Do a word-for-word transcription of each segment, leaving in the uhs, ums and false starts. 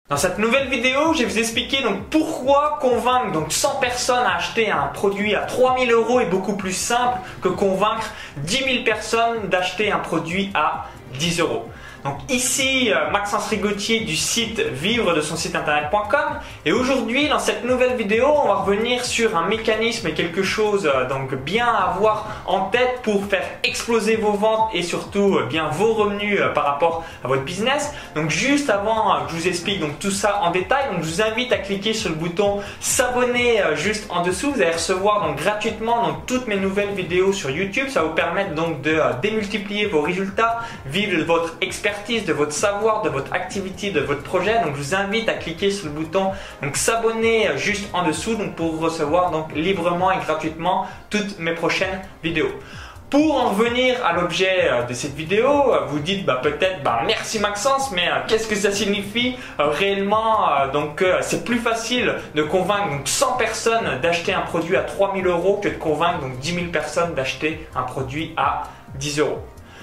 Dans cette nouvelle vidéo, je vais vous expliquer donc pourquoi convaincre donc cent personnes à acheter un produit à trois mille euros est beaucoup plus simple que convaincre dix mille personnes d'acheter un produit à dix euros. Donc ici Maxence Rigotier du site vivre de son site internet point com, et aujourd'hui dans cette nouvelle vidéo on va revenir sur un mécanisme et quelque chose donc bien à avoir en tête pour faire exploser vos ventes et surtout bien vos revenus par rapport à votre business. Donc juste avant que je vous explique donc tout ça en détail, donc je vous invite à cliquer sur le bouton s'abonner juste en dessous. Vous allez recevoir donc gratuitement donc toutes mes nouvelles vidéos sur YouTube. Ça va vous permettre donc de démultiplier vos résultats, vivre de votre expertise, de votre savoir, de votre activité, de votre projet. Donc je vous invite à cliquer sur le bouton donc s'abonner juste en dessous donc pour recevoir donc librement et gratuitement toutes mes prochaines vidéos. Pour en revenir à l'objet de cette vidéo, vous dites bah, peut-être bah, merci Maxence, mais euh, qu'est-ce que ça signifie euh, réellement euh, Donc euh, c'est plus facile de convaincre donc, cent personnes d'acheter un produit à trois mille euros que de convaincre donc, dix mille personnes d'acheter un produit à dix euros.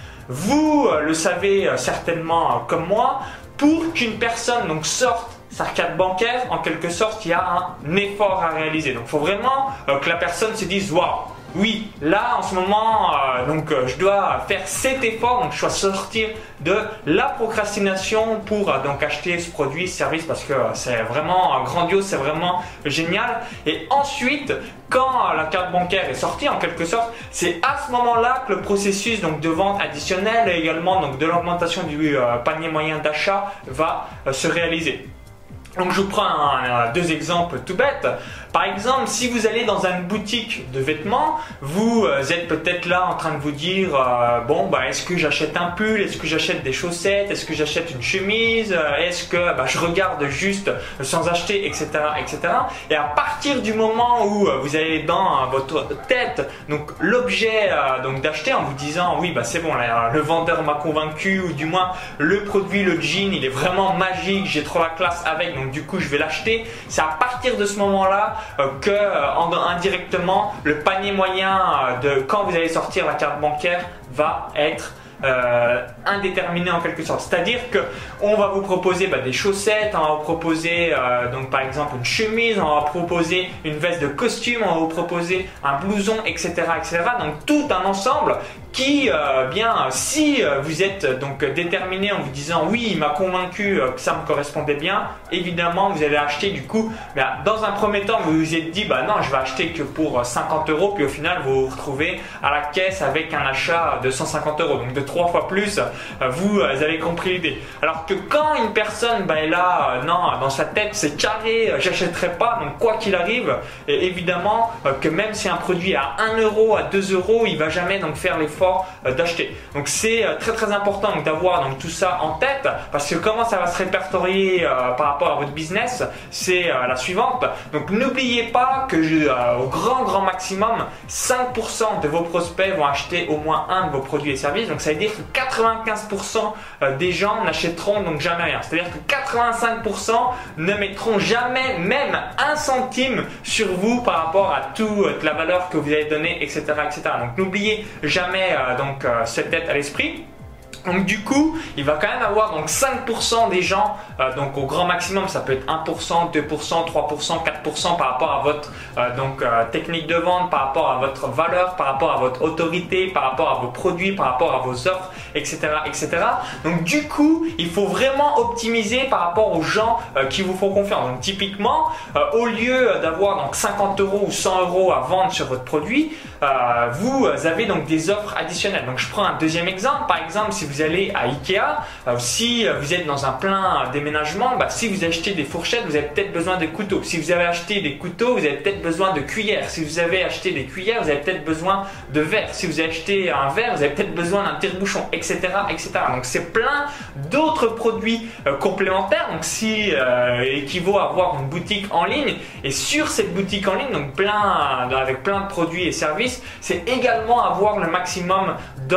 Vous euh, le savez euh, certainement euh, comme moi, pour qu'une personne donc, sorte sa carte bancaire, en quelque sorte, il y a un effort à réaliser. Donc il faut vraiment euh, que la personne se dise waouh, oui, là en ce moment, euh, donc euh, je dois faire cet effort, donc je dois sortir de la procrastination pour euh, donc acheter ce produit, ce service, parce que euh, c'est vraiment euh, grandiose, c'est vraiment génial. Et ensuite, quand euh, la carte bancaire est sortie, en quelque sorte, c'est à ce moment-là que le processus donc de vente additionnelle et également donc de l'augmentation du euh, panier moyen d'achat va euh, se réaliser. Donc je vous prends un, un, deux exemples tout bêtes. Par exemple, si vous allez dans une boutique de vêtements, vous êtes peut-être là en train de vous dire euh, bon bah est-ce que j'achète un pull, est-ce que j'achète des chaussettes, est-ce que j'achète une chemise, est-ce que bah, je regarde juste sans acheter, etc., et cetera. Et à partir du moment où vous avez dans votre tête donc l'objet euh, donc d'acheter en vous disant oui bah c'est bon là, le vendeur m'a convaincu, ou du moins le produit, le jean, il est vraiment magique, j'ai trop la classe avec, donc du coup je vais l'acheter. C'est à partir de ce moment-là euh, que euh, indirectement le panier moyen euh, de quand vous allez sortir la carte bancaire va être Euh, indéterminé en quelque sorte. C'est-à-dire que on va vous proposer bah, des chaussettes, on va vous proposer euh, donc par exemple une chemise, on va vous proposer une veste de costume, on va vous proposer un blouson, et cetera, et cetera. Donc tout un ensemble qui, euh, bien, si vous êtes donc déterminé en vous disant oui, il m'a convaincu que ça me correspondait bien, évidemment vous allez acheter du coup. Bah, dans un premier temps, vous vous êtes dit bah non, je vais acheter que pour cinquante euros, puis au final vous vous retrouvez à la caisse avec un achat de cent cinquante euros, donc de trois fois plus. Vous avez compris l'idée. Alors que quand une personne bah, est là, non, dans sa tête c'est carré, j'achèterai pas, donc quoi qu'il arrive, et évidemment que même si un produit est à un euro, à deux euros, il va jamais donc faire l'effort d'acheter. Donc c'est très très important d'avoir donc tout ça en tête, parce que comment ça va se répertorier euh, par rapport à votre business, c'est euh, la suivante. Donc n'oubliez pas que euh, au grand grand maximum cinq pour cent de vos prospects vont acheter au moins un de vos produits et services. Donc ça veut dire que quatre-vingt-quinze pour cent des gens n'achèteront donc jamais rien. C'est-à-dire que quatre-vingt-cinq pour cent ne mettront jamais même un centime sur vous par rapport à toute la valeur que vous avez donnée, et cetera, et cetera. Donc n'oubliez jamais euh, donc euh, cette tête à l'esprit. Donc du coup, il va quand même avoir donc cinq pour cent des gens, euh, donc au grand maximum, ça peut être un pour cent, deux pour cent, trois pour cent, quatre pour cent par rapport à votre euh, donc, euh, technique de vente, par rapport à votre valeur, par rapport à votre autorité, par rapport à vos produits, par rapport à vos offres, et cetera, et cetera. Donc du coup, il faut vraiment optimiser par rapport aux gens euh, qui vous font confiance. Donc typiquement, euh, au lieu d'avoir donc cinquante euros ou cent euros à vendre sur votre produit, euh, vous avez donc des offres additionnelles. Donc je prends un deuxième exemple. Par exemple, si vous allez à Ikea, euh, si vous êtes dans un plein déménagement, bah, si vous achetez des fourchettes, vous avez peut-être besoin de couteaux. Si vous avez acheté des couteaux, vous avez peut-être besoin de cuillères. Si vous avez acheté des cuillères, vous avez peut-être besoin de verres. Si vous avez acheté un verre, vous avez peut-être besoin d'un tire-bouchon, et cetera, et cetera. Donc c'est plein d'autres produits euh, complémentaires. Donc si euh, équivaut à avoir une boutique en ligne, et sur cette boutique en ligne, donc plein avec plein de produits et services, c'est également avoir le maximum d'offres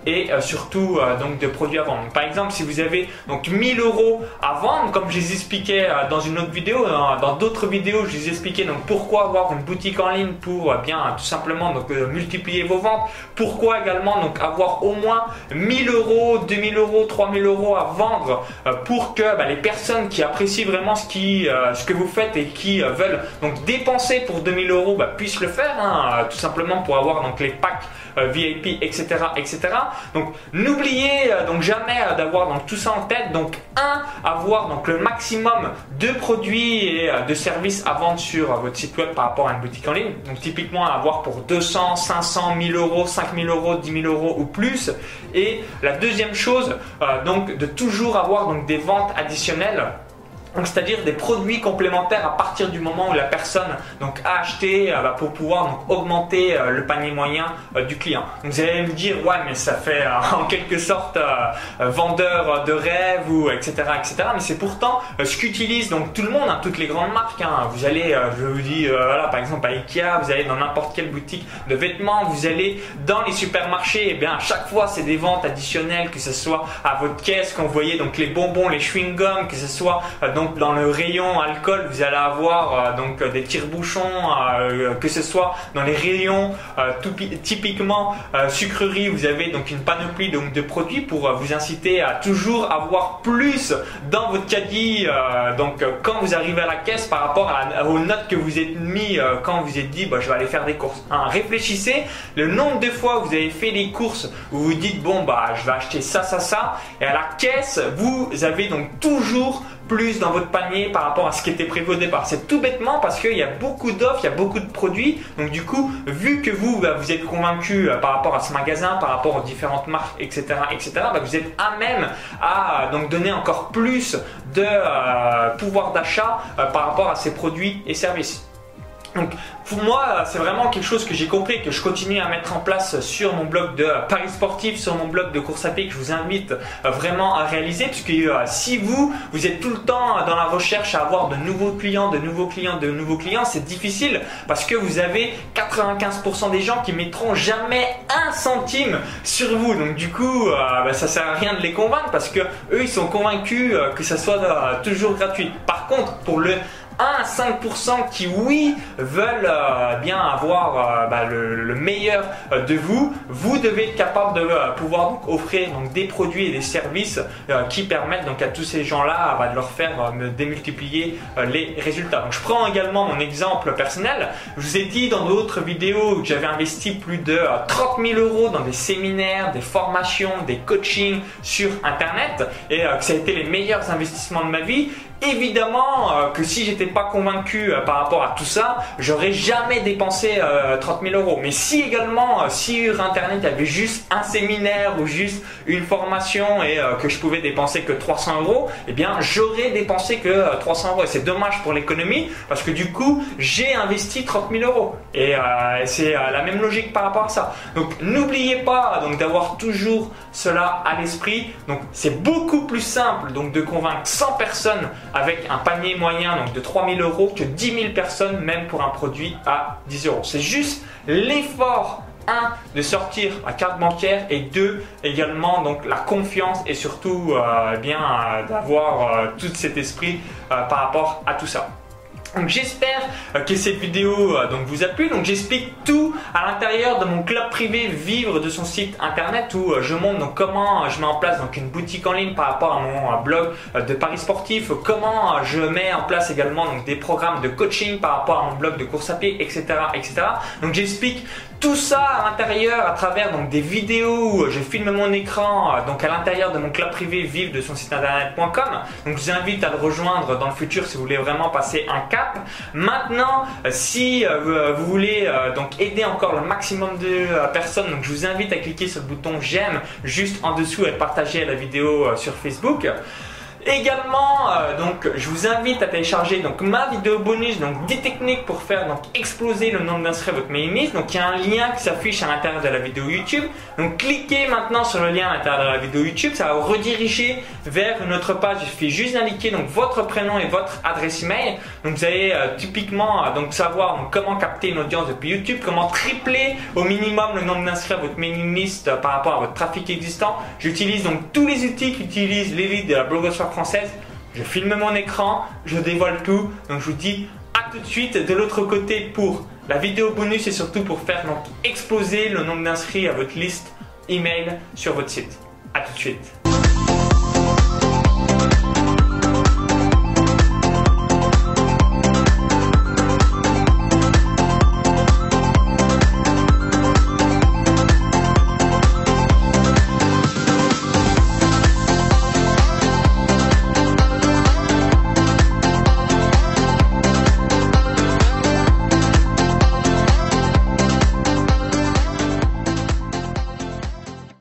et euh, surtout euh, donc de produits à vendre. Donc, par exemple, si vous avez donc mille euros à vendre, comme je les expliquais euh, dans une autre vidéo, dans, dans d'autres vidéos, je les expliquais donc pourquoi avoir une boutique en ligne pour euh, bien tout simplement donc euh, multiplier vos ventes. Pourquoi également donc avoir au moins mille euros, deux mille euros, trois mille euros à vendre euh, pour que bah, les personnes qui apprécient vraiment ce qui euh, ce que vous faites et qui euh, veulent donc dépenser pour deux mille euros bah, puissent le faire, hein, euh, tout simplement pour avoir donc les packs euh, V I P, et cetera, et cetera. Donc n'oubliez euh, donc jamais euh, d'avoir donc tout ça en tête. Donc un, avoir donc le maximum de produits et euh, de services à vendre sur euh, votre site web par rapport à une boutique en ligne. Donc typiquement avoir pour deux cents, cinq cents, mille euros, cinq mille euros, dix mille euros ou plus. Et la deuxième chose, euh, donc de toujours avoir donc des ventes additionnelles. Donc c'est-à-dire des produits complémentaires à partir du moment où la personne donc a acheté euh, bah, pour pouvoir donc augmenter euh, le panier moyen euh, du client. Donc vous allez me dire ouais mais ça fait euh, en quelque sorte euh, euh, vendeur de rêve ou etc etc. Mais c'est pourtant euh, ce qu'utilise donc tout le monde, hein, toutes les grandes marques. Hein. Vous allez, euh, je vous dis euh, voilà par exemple à Ikea, vous allez dans n'importe quelle boutique de vêtements, vous allez dans les supermarchés, et bien à chaque fois c'est des ventes additionnelles, que ce soit à votre caisse quand vous voyez donc les bonbons, les chewing-gums, que ce soit euh, donc dans le rayon alcool, vous allez avoir euh, donc des tire-bouchons, euh, que ce soit dans les rayons euh, tout, typiquement euh, sucrerie, vous avez donc une panoplie donc de produits pour euh, vous inciter à toujours avoir plus dans votre caddie. Euh, donc euh, quand vous arrivez à la caisse par rapport à la, aux notes que vous êtes mis euh, quand vous êtes dit bah, je vais aller faire des courses. Hein, réfléchissez le nombre de fois où vous avez fait des courses où vous dites bon bah je vais acheter ça ça ça et à la caisse vous avez donc toujours plus dans votre panier par rapport à ce qui était prévu au départ. C'est tout bêtement parce qu'il y a beaucoup d'offres, il y a beaucoup de produits. Donc du coup, vu que vous, bah, vous êtes convaincu euh, par rapport à ce magasin, par rapport aux différentes marques, et cetera, et cetera, bah, vous êtes à même à donc donner encore plus de euh, pouvoir d'achat euh, par rapport à ces produits et services. Donc pour moi, c'est vraiment quelque chose que j'ai compris, que je continue à mettre en place sur mon blog de Paris Sportif, sur mon blog de course à pied, que je vous invite vraiment à réaliser, puisque euh, si vous, vous êtes tout le temps dans la recherche à avoir de nouveaux clients, de nouveaux clients, de nouveaux clients, c'est difficile parce que vous avez quatre-vingt-quinze pour cent des gens qui mettront jamais un centime sur vous. Donc du coup, euh, bah, ça sert à rien de les convaincre parce que eux, ils sont convaincus euh, que ça soit euh, toujours gratuit. Par contre, pour le un à cinq pour cent qui oui veulent euh, bien avoir euh, bah, le, le meilleur euh, de vous, vous devez être capable de euh, pouvoir donc, offrir donc, des produits et des services euh, qui permettent donc à tous ces gens-là bah, de leur faire euh, démultiplier euh, les résultats. Donc, je prends également mon exemple personnel. Je vous ai dit dans d'autres vidéos que j'avais investi plus de euh, trente mille euros dans des séminaires, des formations, des coachings sur internet et euh, que ça a été les meilleurs investissements de ma vie. Évidemment euh, que si j'étais pas convaincu euh, par rapport à tout ça, j'aurais jamais dépensé euh, trente mille euros. Mais si également, euh, si sur internet il y avait juste un séminaire ou juste une formation et euh, que je pouvais dépenser que trois cents euros, eh bien j'aurais dépensé que euh, trois cents euros. Et c'est dommage pour l'économie parce que du coup j'ai investi trente mille euros. Et euh, c'est euh, la même logique par rapport à ça. Donc n'oubliez pas donc d'avoir toujours cela à l'esprit. Donc c'est beaucoup plus simple donc de convaincre cent personnes avec un panier moyen donc de trois mille euros que dix mille personnes même pour un produit à dix euros. C'est juste l'effort un de sortir la carte bancaire et deux également donc la confiance et surtout euh, bien euh, d'avoir euh, tout cet esprit euh, par rapport à tout ça. Donc j'espère que cette vidéo donc, vous a plu. Donc j'explique tout à l'intérieur de mon club privé Vivre de son site internet où je montre donc, comment je mets en place donc, une boutique en ligne par rapport à mon blog de Paris Sportif, comment je mets en place également donc, des programmes de coaching par rapport à mon blog de course à pied, et cetera, et cetera. Donc j'explique tout ça à l'intérieur à travers donc, des vidéos où je filme mon écran donc à l'intérieur de mon club privé Vivre de son site internet point com. Donc je vous invite à le rejoindre dans le futur si vous voulez vraiment passer un cap. Maintenant, si euh, vous voulez euh, donc aider encore le maximum de euh, personnes, donc je vous invite à cliquer sur le bouton j'aime juste en dessous et partager la vidéo euh, sur Facebook. Également, euh, donc, je vous invite à télécharger donc, ma vidéo bonus, donc dix techniques pour faire donc, exploser le nombre d'inscrits à votre mailing list. Donc il y a un lien qui s'affiche à l'intérieur de la vidéo YouTube. Donc cliquez maintenant sur le lien à l'intérieur de la vidéo YouTube, ça va vous rediriger vers une autre page. Il suffit juste d'indiquer donc votre prénom et votre adresse email. Donc vous allez euh, typiquement euh, donc, savoir donc, comment capter une audience depuis YouTube, comment tripler au minimum le nombre d'inscrits à votre mailing list euh, par rapport à votre trafic existant. J'utilise donc tous les outils qu'utilise l'élite de la blogosphère française. Je filme mon écran, je dévoile tout, donc je vous dis à tout de suite de l'autre côté pour la vidéo bonus et surtout pour faire donc exploser le nombre d'inscrits à votre liste email sur votre site. À tout de suite.